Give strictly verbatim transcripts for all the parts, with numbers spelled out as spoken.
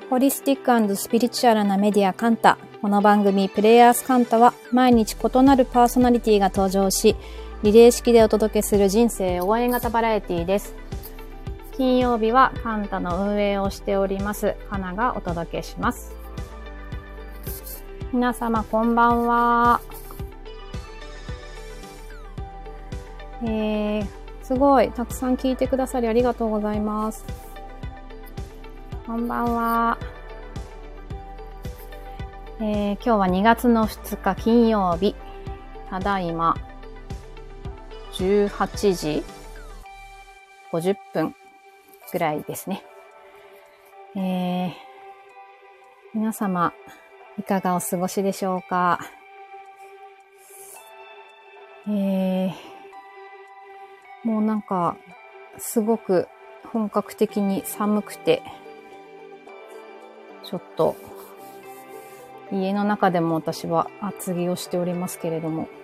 ホリスティック&スピリチュアルなメディアカンタ。この番組プレイヤースカンタは毎日異なるパーソナリティが登場し、リレー式でお届けする人生応援型バラエティです。金曜日はカンタの運営をしておりますかながお届けします。皆様こんばんは。えー、すごいたくさん聞いてくださりありがとうございます。こんばんは。えー、今日はにがつのふつか金曜日。ただいまじゅうはちじごじゅっぷんぐらいですね。えー、皆様いかがお過ごしでしょうか。えー、もうなんかすごく本格的に寒くて、ちょっと家の中でも私は厚着をしておりますけれども、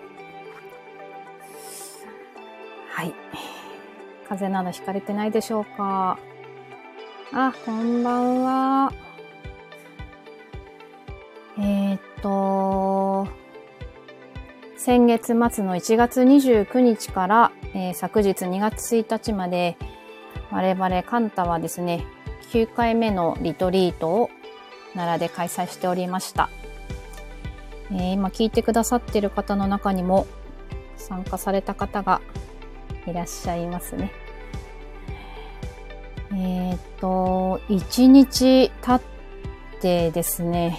はい、風邪などひかれてないでしょうか。あ、こんばんは。えー、っと先月末のいちがつにじゅうくにちから、えー、昨日にがつついたちまで我々カンタはですねきゅうかいめのリトリートを奈良で開催しておりました。えー、今聞いてくださっている方の中にも参加された方がいらっしゃいますね。えー、っといちにち経ってですね、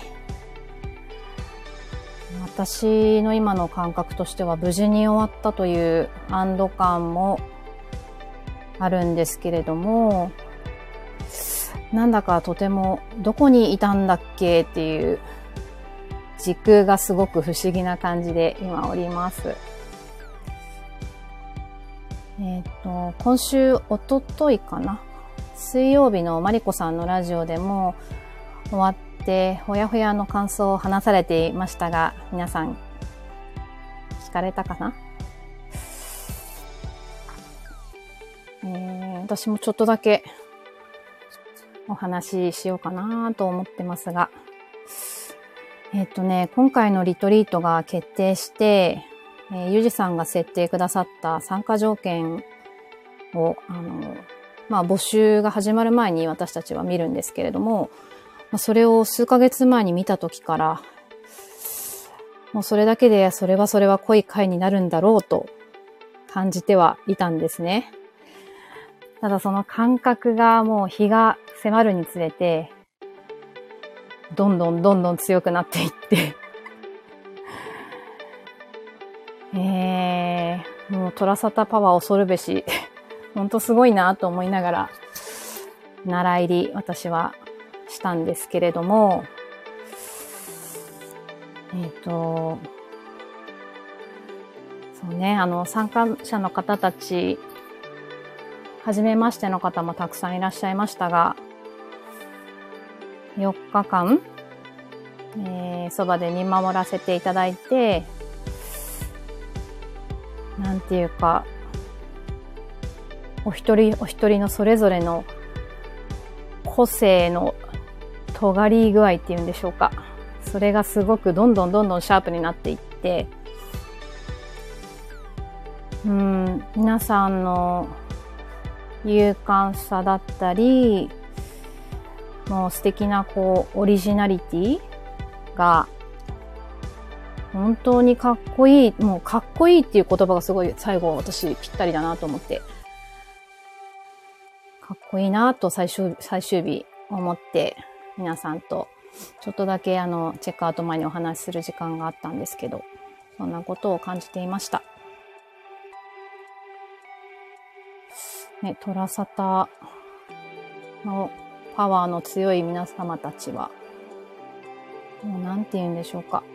私の今の感覚としては無事に終わったという安堵感もあるんですけれども、なんだかとてもどこにいたんだっけっていう時空がすごく不思議な感じで今おります。えっと、今週、おとといかな、水曜日のマリコさんのラジオでも終わってほやほやの感想を話されていましたが、皆さん聞かれたかな。えー、私もちょっとだけお話ししようかなと思ってますが、えっとね、今回のリトリートが決定して、えー、ゆじさんが設定くださった参加条件を、あの、まあ、募集が始まる前に私たちは見るんですけれども、まあ、それを数ヶ月前に見た時から、もうそれだけでそれはそれは濃い回になるんだろうと感じてはいたんですね。ただその感覚がもう日が迫るにつれて、どんどんどんどん強くなっていって、えー、もうトラサタパワー恐るべし、ほんとすごいなと思いながら、習い入り私はしたんですけれども、えっと、そうね、あの、参加者の方たち、初めましての方もたくさんいらっしゃいましたが、よっかかん、えー、そばで見守らせていただいて、なんていうか、お一人お一人のそれぞれの個性の尖り具合っていうんでしょうか。それがすごくどんどんどんどんシャープになっていって、うん、皆さんの勇敢さだったり、もう素敵なこうオリジナリティが本当にかっこいい、もうかっこいいっていう言葉がすごい最後私ぴったりだなと思って、かっこいいなと最終最終日思って皆さんとちょっとだけあのチェックアウト前にお話しする時間があったんですけど、そんなことを感じていました。ね、トラサタのパワーの強い皆様たちは、もうなんて言うんでしょうか。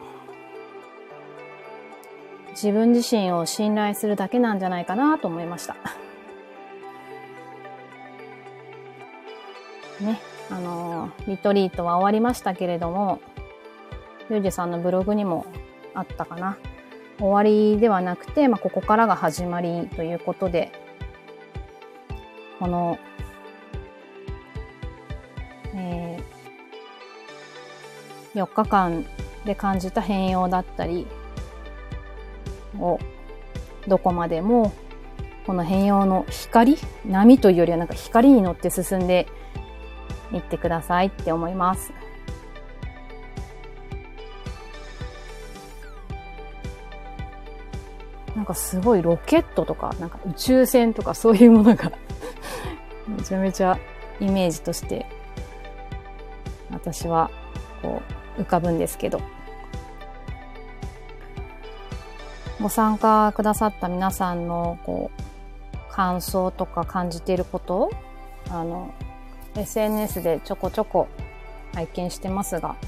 自分自身を信頼するだけなんじゃないかなと思いました。ね、あの、リトリートは終わりましたけれども、ゆうじさんのブログにもあったかな。終わりではなくて、まあ、ここからが始まりということで、この、えー、 よっかかんで感じた変容だったりをどこまでもこの変容の光、波というよりはなんか光に乗って進んでいってくださいって思います。なんかすごいロケットとかなんか宇宙船とかそういうものがめちゃめちゃイメージとして私はこう浮かぶんですけど、ご参加くださった皆さんのこう感想とか感じていることをあの エスエヌエス でちょこちょこ拝見してますが、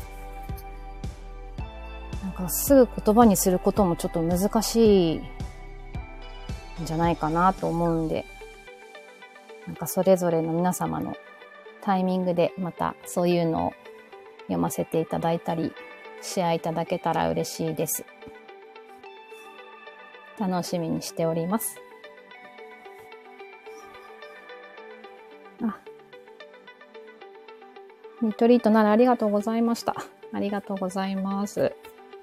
なんかすぐ言葉にすることもちょっと難しいんじゃないかなと思うんで、なんかそれぞれの皆様のタイミングでまたそういうのを読ませていただいたりシェアいただけたら嬉しいです。楽しみにしております。あ、リトリートならありがとうございました。ありがとうございます。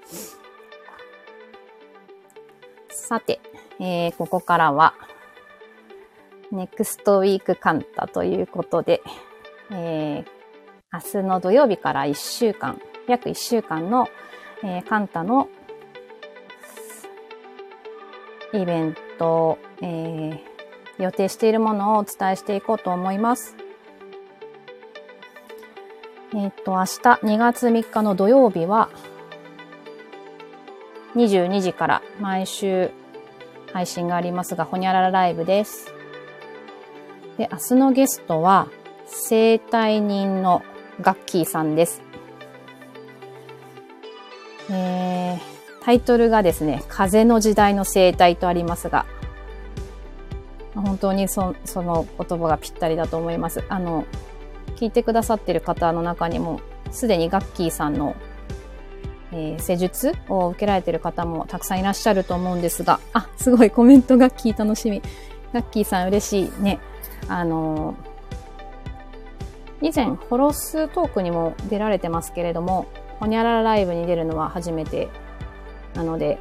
さて、えー、ここからはネクストウィークカンタということで、えー、明日の土曜日からいっしゅうかん、約いっしゅうかんの、えー、カンタのイベント、えー、予定しているものをお伝えしていこうと思います。えっと、明日にがつみっかの土曜日はにじゅうにじから毎週配信がありますが、ほにゃららライブです。で、明日のゲストは整体人のガッキーさんです。えー、タイトルがですね、風の時代の整体とありますが、本当に そ, その言葉がぴったりだと思います。あの、聞いてくださっている方の中にも、すでにガッキーさんの、えー、施術を受けられている方もたくさんいらっしゃると思うんですが、あ、すごいコメントガッキー楽しみ。ガッキーさん嬉しいね。あのー、以前ホロストークにも出られてますけれども、ほにゃららライブに出るのは初めてなので、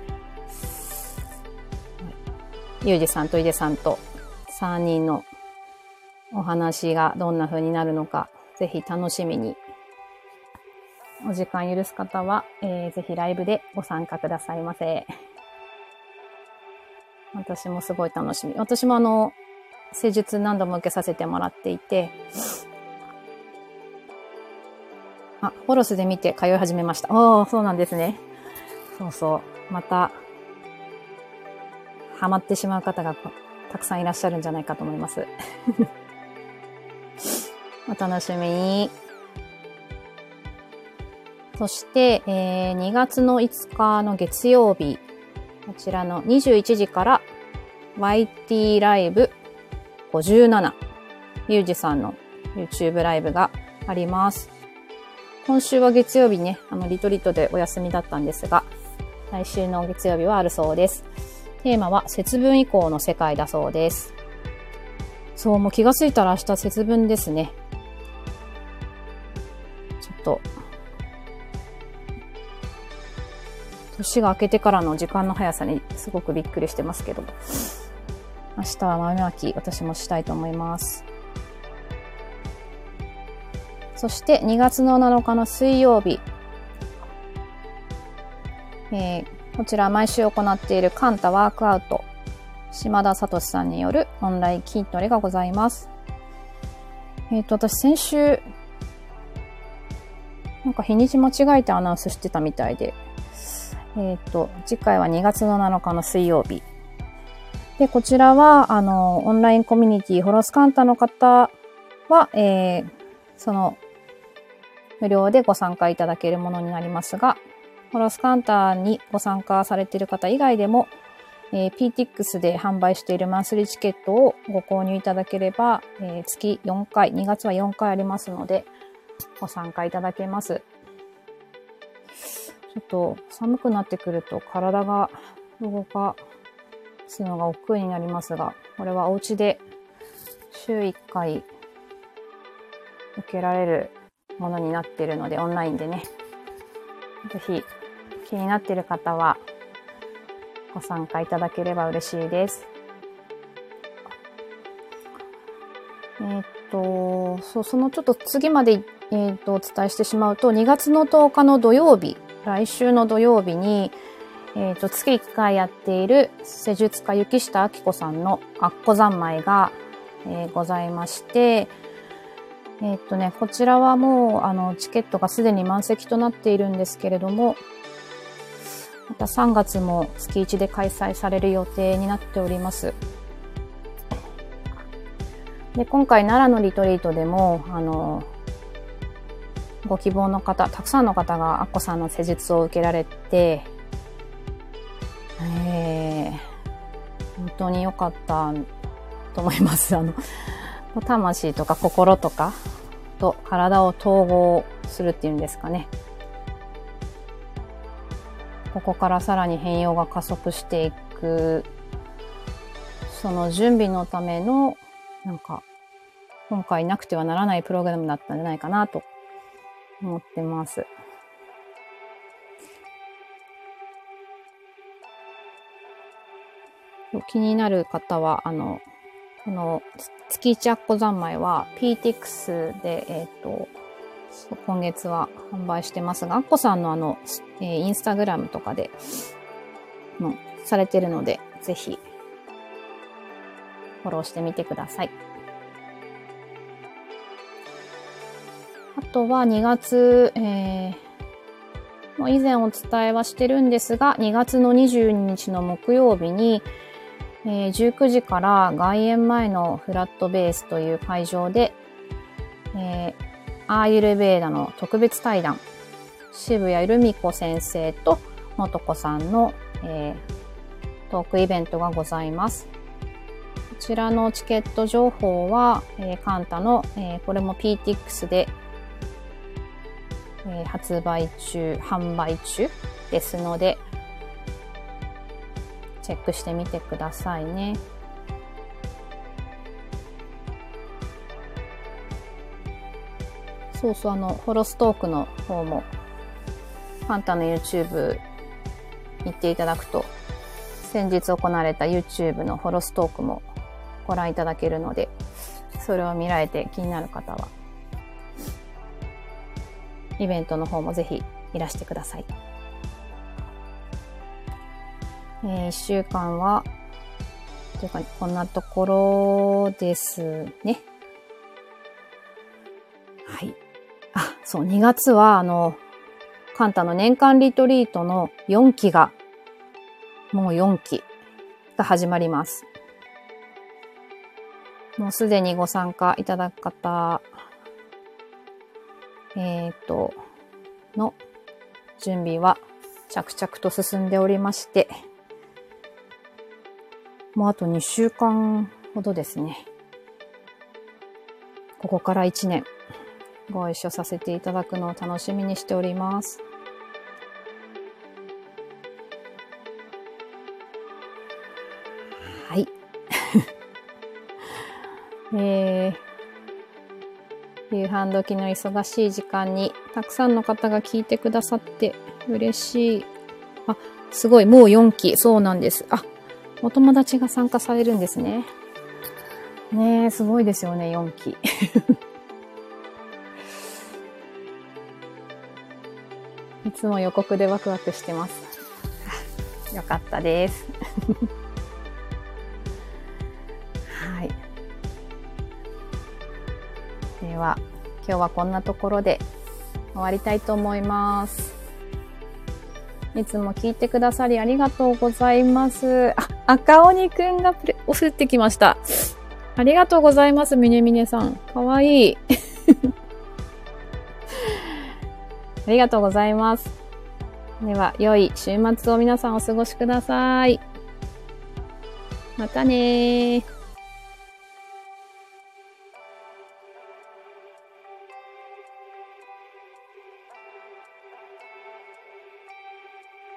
ゆうじさんといでさんとさんにんのお話がどんな風になるのか、ぜひ楽しみに。お時間許す方は、えー、ぜひライブでご参加くださいませ。私もすごい楽しみ。私もあの、施術何度も受けさせてもらっていて、あ、ホロスで見て通い始めました。おー、そうなんですね。そうそう。また、ハマってしまう方がたくさんいらっしゃるんじゃないかと思います。お楽しみに。そして、えー、にがつのいつかの月曜日、こちらのにじゅういちじから ワイティー ライブごじゅうなな、ゆうじさんの YouTube ライブがあります。今週は月曜日ね、あのリトリートでお休みだったんですが、来週の月曜日はあるそうです。テーマは節分以降の世界だそうです。そう、もう気がついたら明日節分ですね。ちょっと、年が明けてからの時間の速さにすごくびっくりしてますけど、明日は豆まき私もしたいと思います。そしてにがつのなのかの水曜日、えー、こちら毎週行っているカンタワークアウト、島田聡さんによるオンライン筋トレがございます。えっと、私先週、なんか日にち間違えてアナウンスしてたみたいで、えっと、次回はにがつのなのかの水曜日。で、こちらは、あの、オンラインコミュニティホロスカンタの方は、えー、その、無料でご参加いただけるものになりますが、ホロスカンタにご参加されている方以外でも、えー、ピーティックス で販売しているマンスリーチケットをご購入いただければ、えー、月よんかい、にがつはよんかいありますので、ご参加いただけます。ちょっと寒くなってくると体が動かすのが億劫になりますが、これはお家で週いっかい受けられるものになっているので、オンラインでね、 ぜひ気になっている方はご参加いただければ嬉しいです。えー、っと、そう、そのちょっと次まで、えー、っとお伝えしてしまうと、にがつのとおかの土曜日、来週の土曜日に、えー、っと月いっかいやっている施術家雪下明子さんのアッコ三昧が、えー、ございまして、えー、っとね、こちらはもうあのチケットがすでに満席となっているんですけれども、またさんがつも月いちで開催される予定になっております。で、今回奈良のリトリートでも、あの、ご希望の方、たくさんの方がアッコさんの施術を受けられて、えー、本当に良かったと思います。あの、魂とか心とかと体を統合するっていうんですかね。ここからさらに変容が加速していく、その準備のための、なんか、今回なくてはならないプログラムだったんじゃないかなと思ってます。気になる方は、あの、この月一アッコ三昧は ピーティックス で、えっと、今月は販売してますが、アッコさんのあの、えー、インスタグラムとかでもされてるので、ぜひフォローしてみてください。あとはにがつ、えー、もう以前お伝えはしてるんですが、にがつのにじゅうににちの木曜日に、えー、じゅうくじから外苑前のフラットベースという会場で、えー、アーユルベーダの特別対談、渋谷由美子先生ともとこさんの、えー、トークイベントがございます。こちらのチケット情報は、えー、カンタの、えー、これも ピーティックス で、えー、発売中、販売中ですので、チェックしてみてくださいね。そうそう、あの、ホロストークの方も、カンタの YouTube 行っていただくと、先日行われた YouTube のホロストークもご覧いただけるので、それを見られて気になる方は、イベントの方もぜひいらしてください。えー、いっしゅうかんは、というか、こんなところですね。はい。あ、そう、にがつは、あの、カンタの年間リトリートのよんきが、もうよんきが始まります。もうすでにご参加いただく方、えっと、の準備は着々と進んでおりまして、もうあとにしゅうかんほどですね。ここからいちねんご一緒させていただくのを楽しみにしております。はい。えー、夕飯時の忙しい時間にたくさんの方が聞いてくださって嬉しい。あ、すごい、もうよんき。そうなんです。あ、お友達が参加されるんですね。ねえ、すごいですよね、よんき。いつも予告でワクワクしてます。よかったです。はい。では、今日はこんなところで終わりたいと思います。いつも聞いてくださりありがとうございます。あ、赤鬼くんがプレ、降ってきました。ありがとうございます、みねみねさん。かわいい。ありがとうございます。では、良い週末を皆さんお過ごしください。またねー。